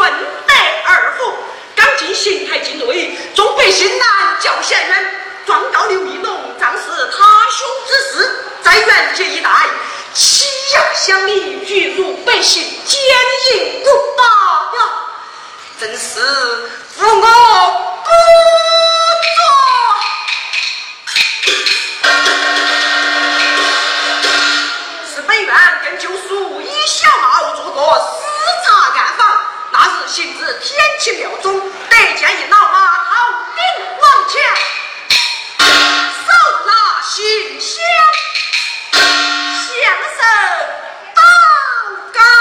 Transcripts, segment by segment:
得二府，刚进邢台境内，中北新南教县人状告刘义农仗势他兄之事，在元节一带欺压乡里，欲辱百姓，奸淫不法呀！真是负我不做。是本院跟旧书以小毛做过视察暗访，那日行至天齐庙中，得见一老马头顶往前，手拿信箱，向神祷告。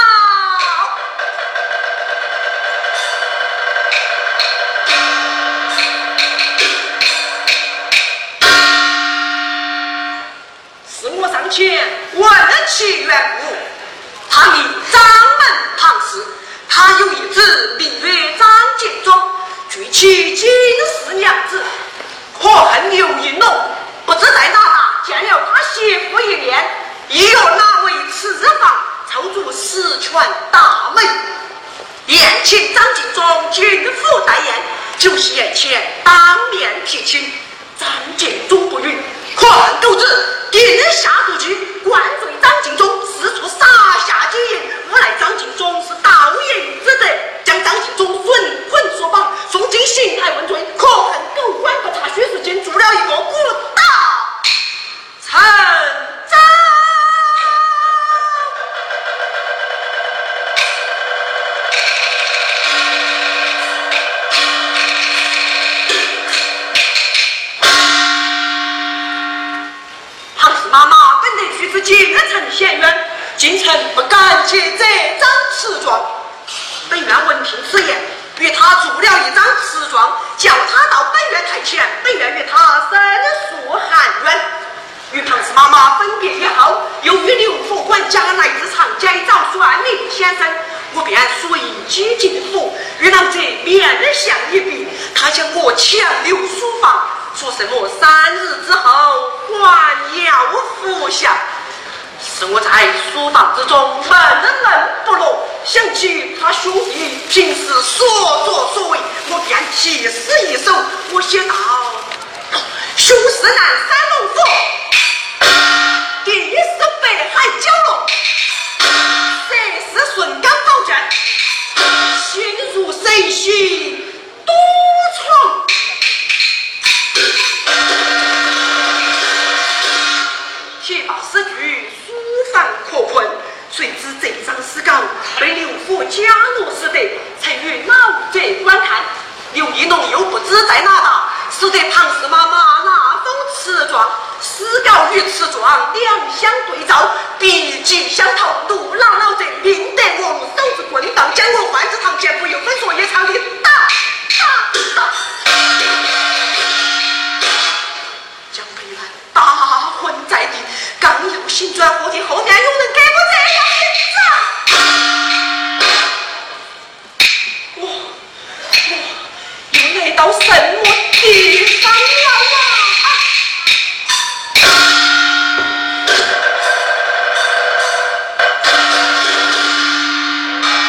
是我上前问其缘故，他名张门庞氏，他有一子名曰张景忠，据其今世娘子，可恨刘义农不知在哪打见了他媳妇一面，亦有哪位此房抽出十全大美，宴请张景忠进府代言，就是眼前当面提亲。张景忠不允，可恨狗子定下毒计，灌醉张景忠，四处撒下金银，无奈张景忠是盗淫之贼，将张景忠损捆索绑，送进邢台问罪。可恨狗官和他薛世金铸了一个不大成章。妈妈本得去自京城县院，京城不敢接这张瓷状。本院闻听此言，与他铸了一张瓷状，叫他到本院台前，本院与他申诉含冤。与庞氏妈妈分别以后，又与刘府管家来自长街找算命先生，我便随机进府，与老者面相一比，他将我强留书房，说什么3日之后还要服下。是我在书房之中闷不落，想起他兄弟平时所作所为，我便题诗一首，我写道：雄狮南山龙凤，第一是北海蛟龙，谁是顺岗保证，心如谁系多闯。写罢诗句，书房可困，谁知这张诗稿被刘府加罗使得，才与老者观看。刘义农又不知在哪打，使得庞氏妈妈那封词状，诗稿与词状两相对照，笔迹相同，杜老老者命得我手指棍棒，将我换至堂前，不由分说也唱的打。江北兰大魂在地，刚要行转火地，后面有人给我这样一掌，我又来到什么地方了啊？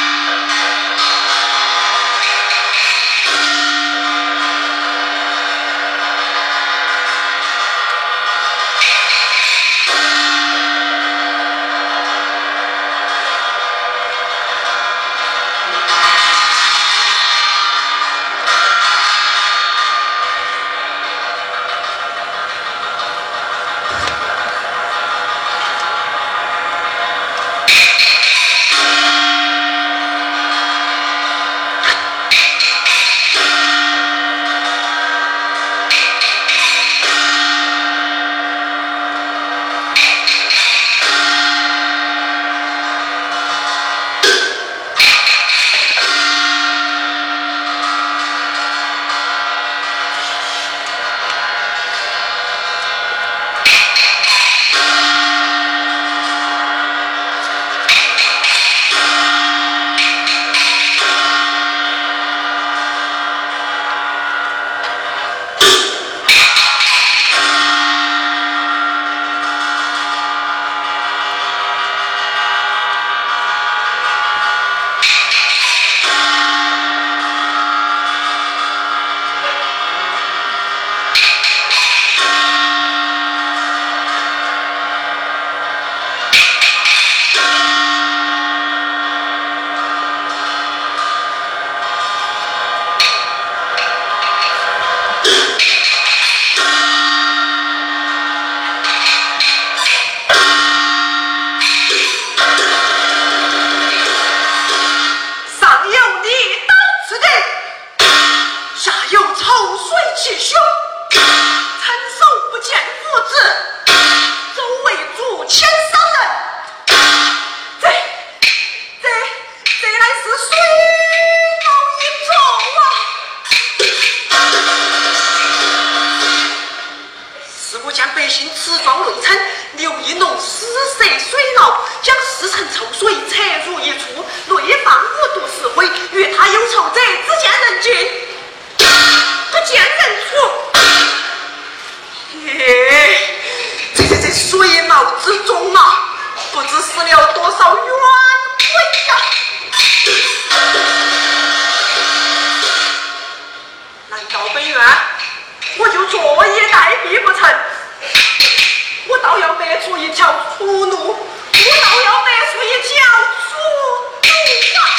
水牢一走啊！事故将百姓持状内参，刘义农私设水牢，将4层抽水扯入一处，内放5毒石灰，与他有仇者只见人尽，不见人出。这水牢之中啊，不知死了多少冤鬼呀！难道本院我就坐以待毙不成？我倒要迈出一条出路，我倒要迈出一条出路啊！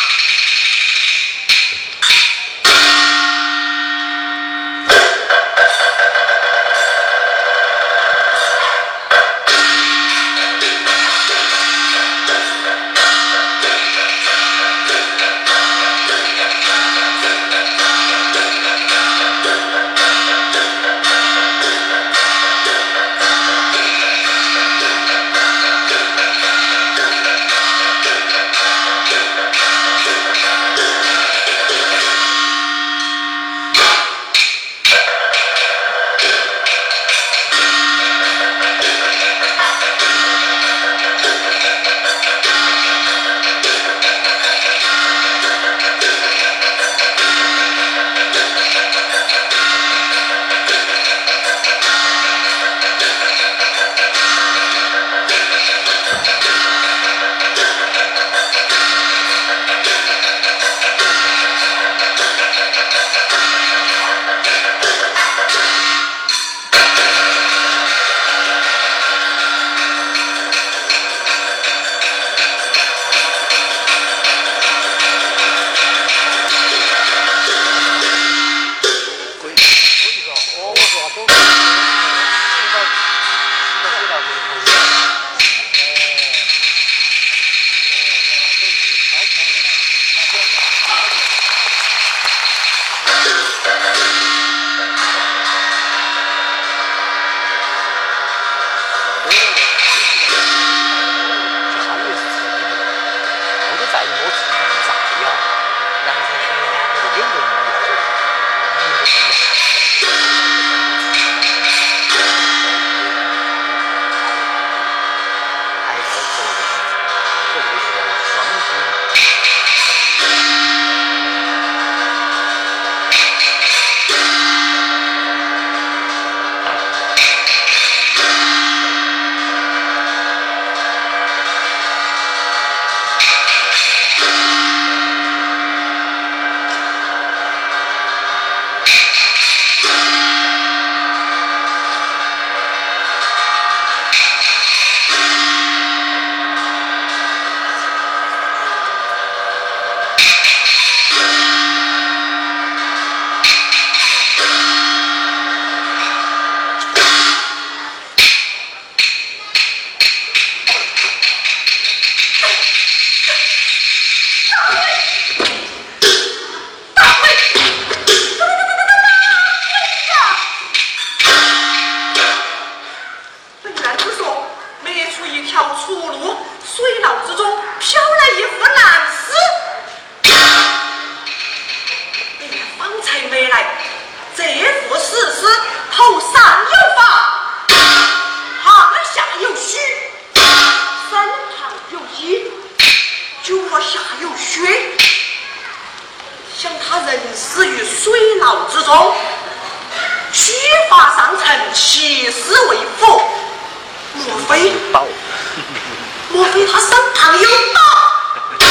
莫非他身旁有宝？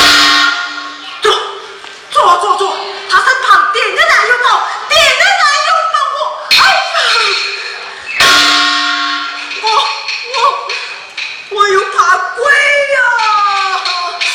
坐，他身旁点的燃有宝，点的燃有宝我又怕鬼呀！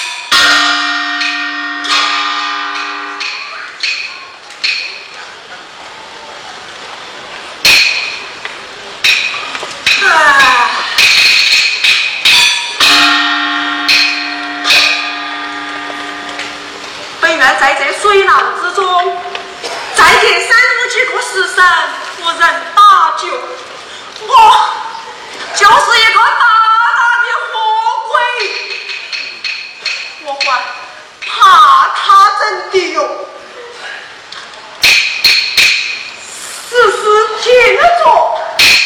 本院在这水牢之中，再见三五几个时辰，无人打救，我就是一个大大的活鬼，我还怕把他怎的哟？事事尽着，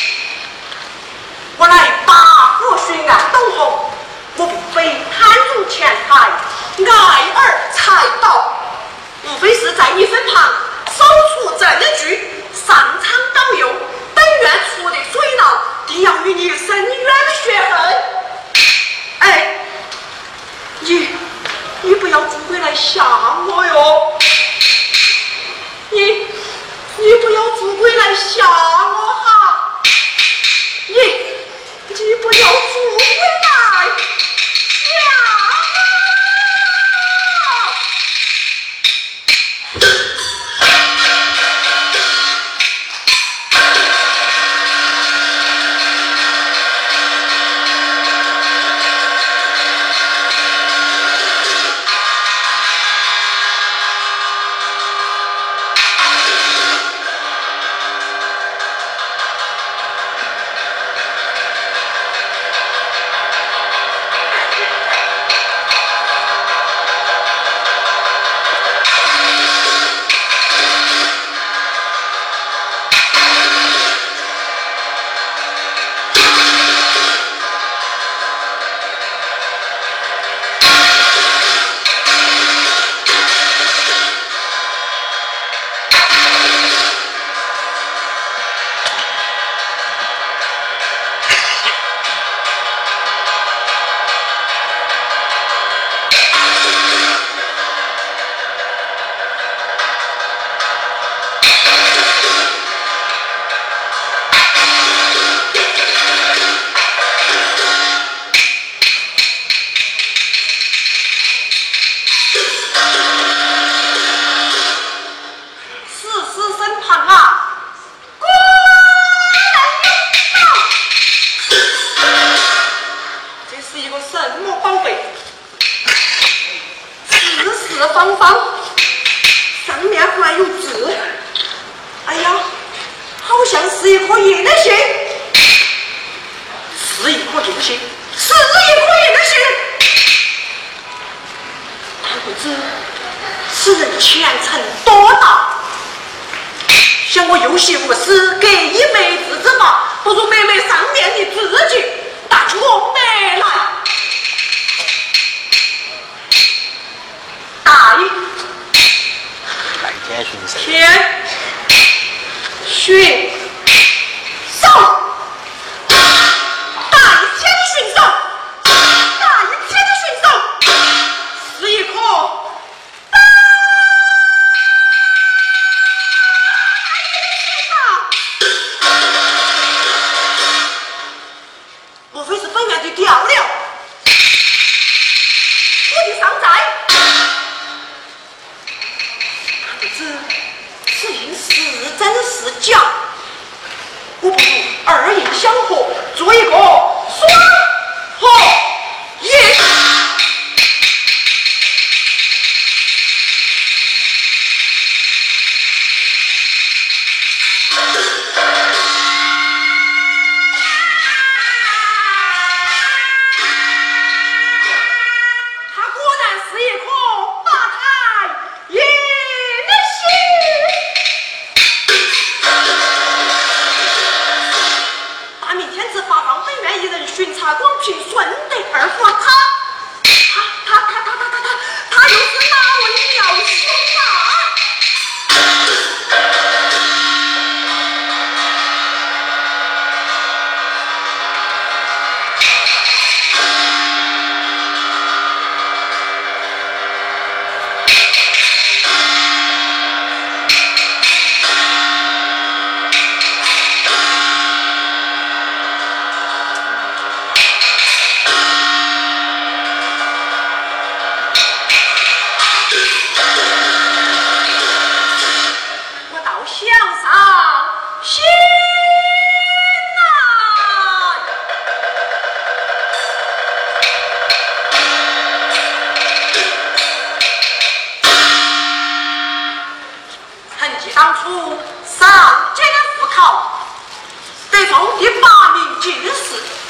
我来把河水岸等候，我不非贪入钱财，爱而财宝，无非是在你身旁守出证据，上苍导游，本院出的水牢，定要与你深渊血恨。哎，你不要自归来吓我哟！你不要自归来吓我哈！你不要自归来吓我！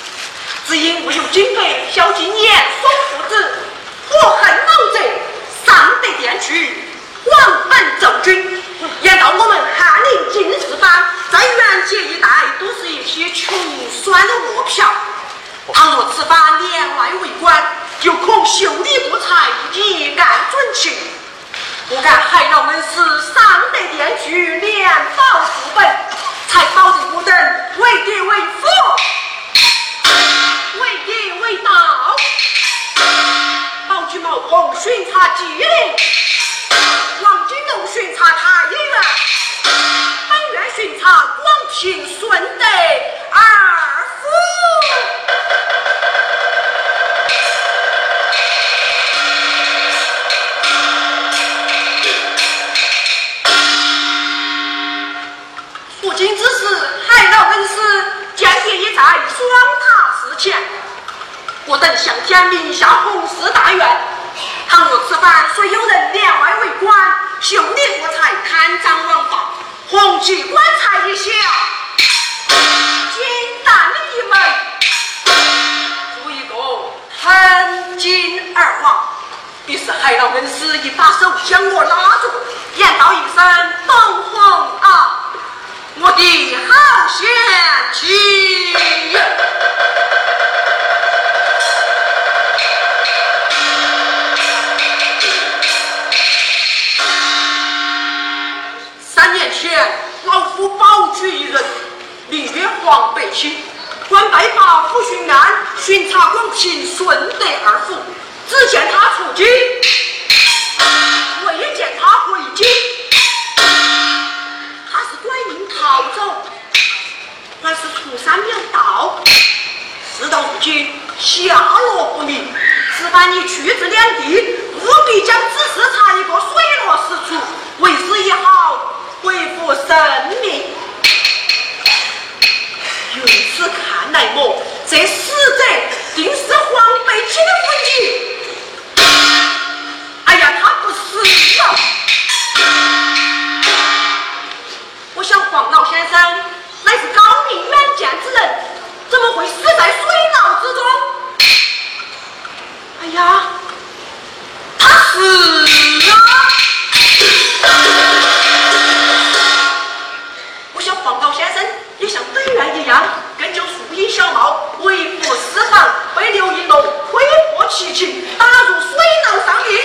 只因我有警备，小心严守父子，我恨老贼， 上得殿去，往本奏军。言到我们翰林进士班，在元节一带都是一批穷酸的恶殍。倘若此番连外为官，就恐修理不才，一案准情。不敢害老恩师上得殿去，连保副本，才保得吾等为敌为辅，为敌为盗。保举毛孔巡查纪灵，王金龙巡查太原，本院巡查广平顺德二府。如今之事，害老恩师将也已在双塔寺前。我等向天名下弘誓大愿，倘若此番虽有人连外为官，修理国才，贪赃枉法，红旗棺材一下，金蛋一枚，做一个横金二王。于是害老恩师一把手将我拉住，言道一声：“东红啊，我的好贤妻。”3年前，老夫保举一人，名曰黄北清，官拜法府巡按，巡查广平顺德二府。只见他出京，未见他回京。他是拐命逃走，还是出山两道？事到如今，下落不明。此番你去至两地，务必将此事查一个水落石出，为时也好，恢复生命。由此看来么，这死者定是黄北清的诡计。哎呀，他不死了！我想黄老先生乃是高明远见之人，怎么会死在水牢之中？哎呀，他死了！我想黄老先生也像本院一样，跟就树荫小帽，为父私访，被刘一龙推破其情，打入水牢上狱。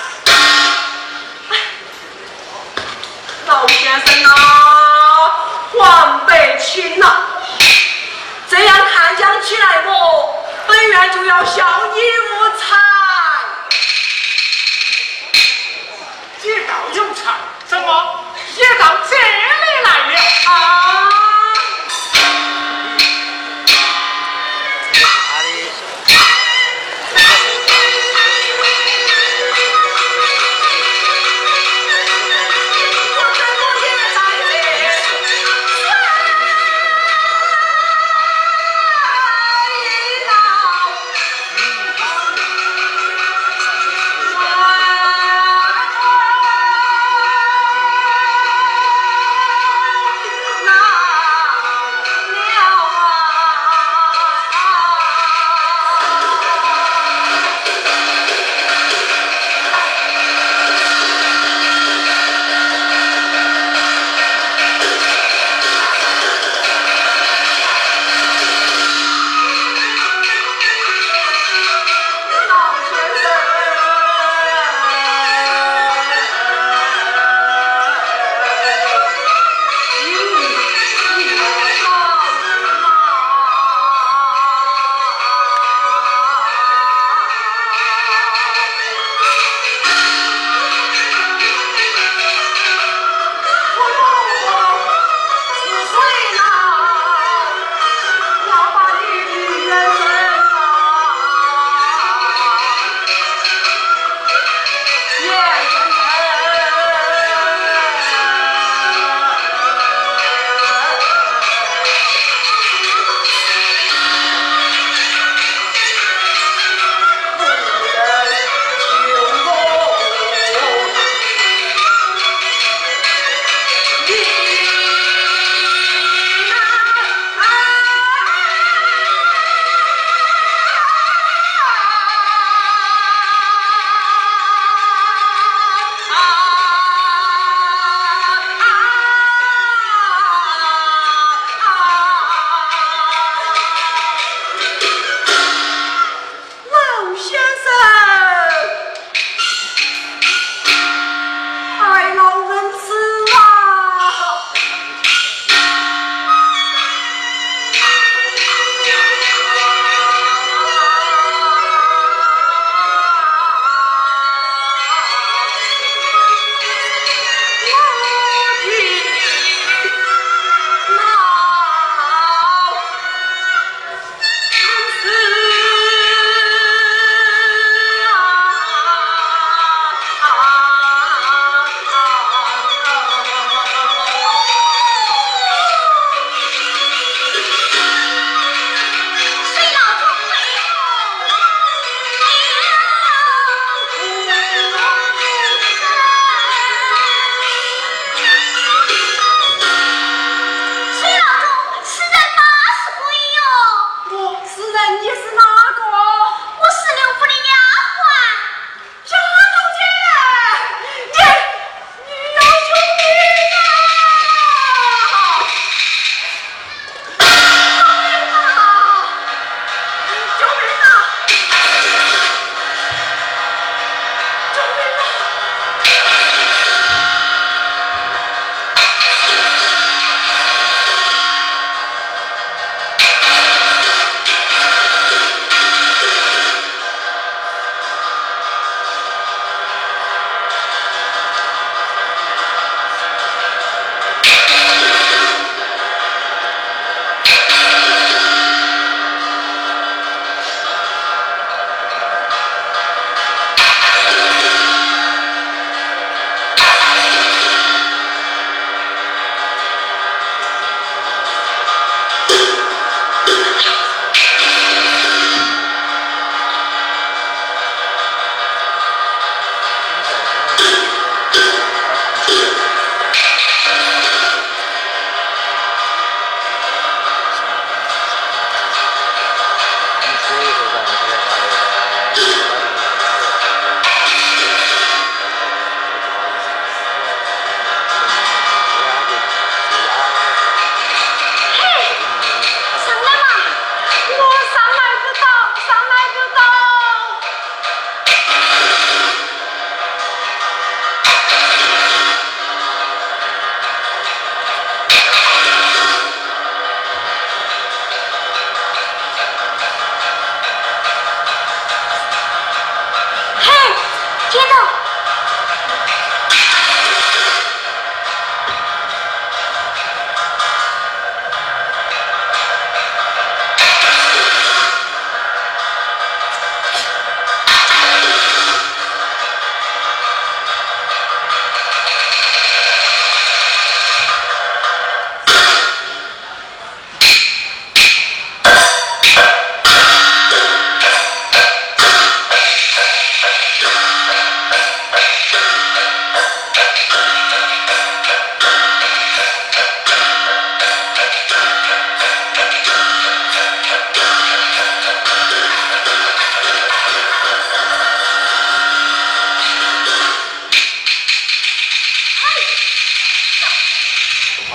老先生啊，黄北清啊，这样看讲起来我本院就要效你无才。 借道有才，怎么也到这里来了啊？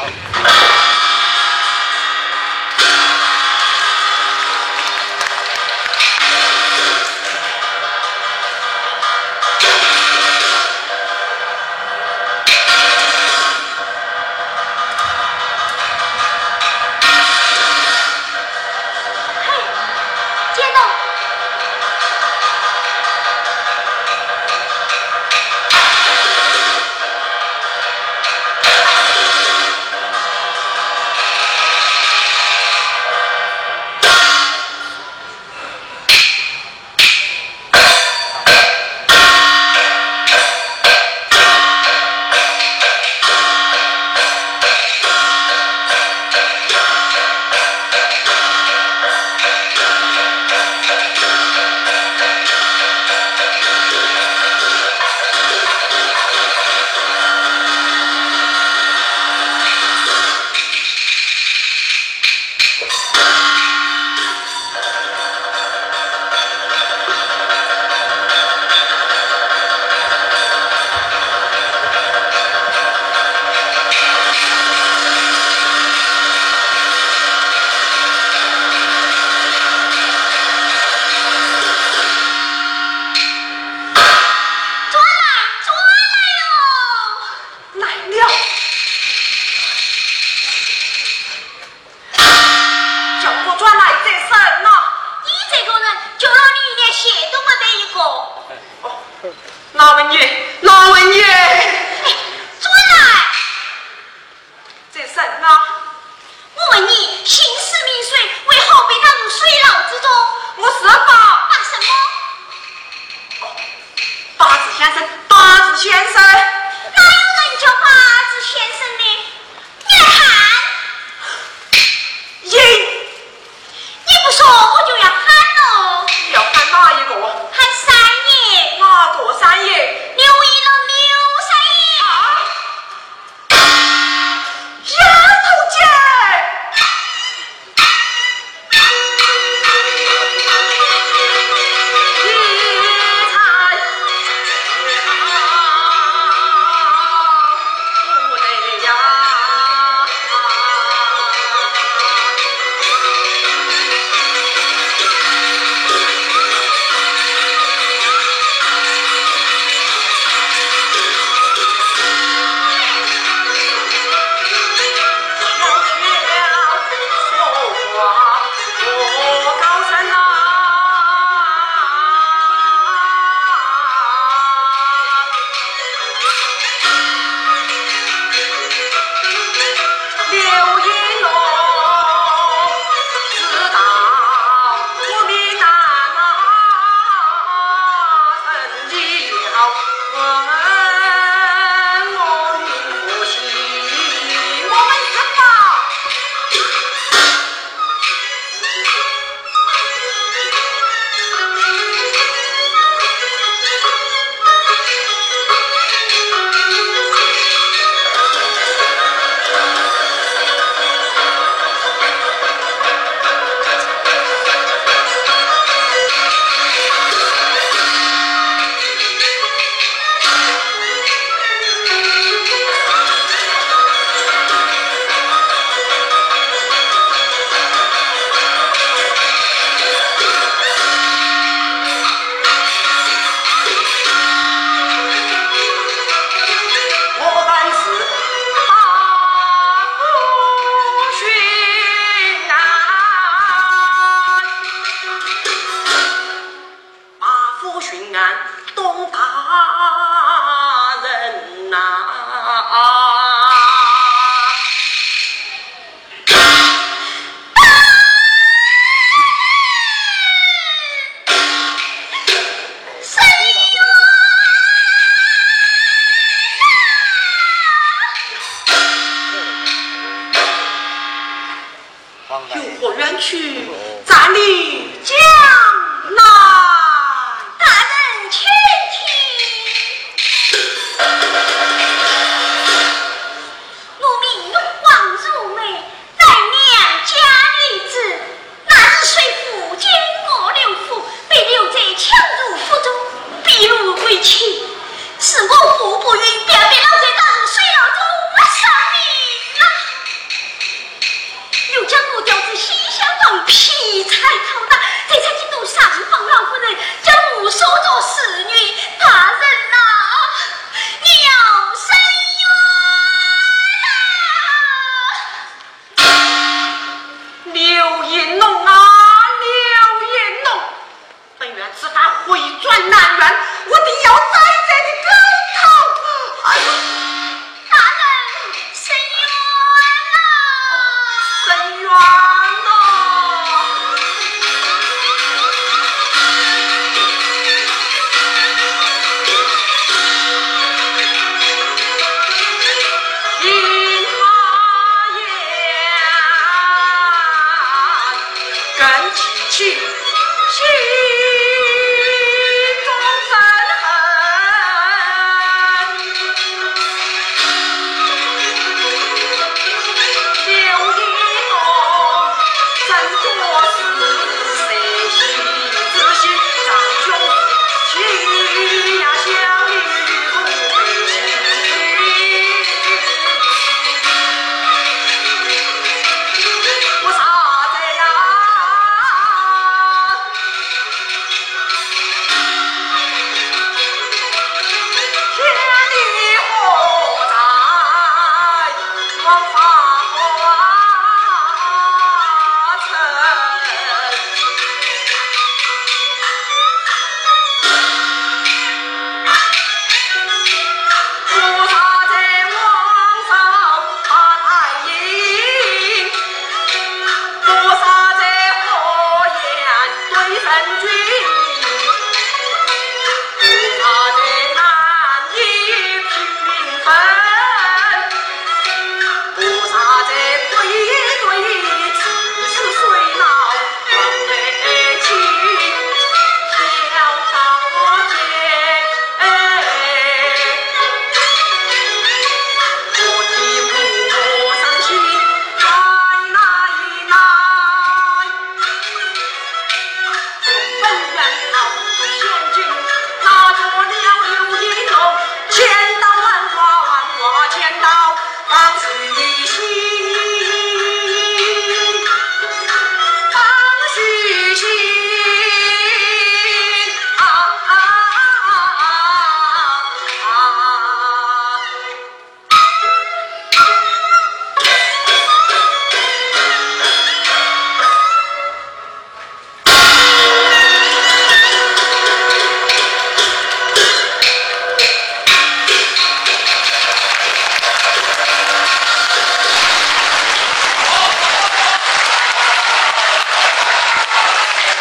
由何远去？站立将。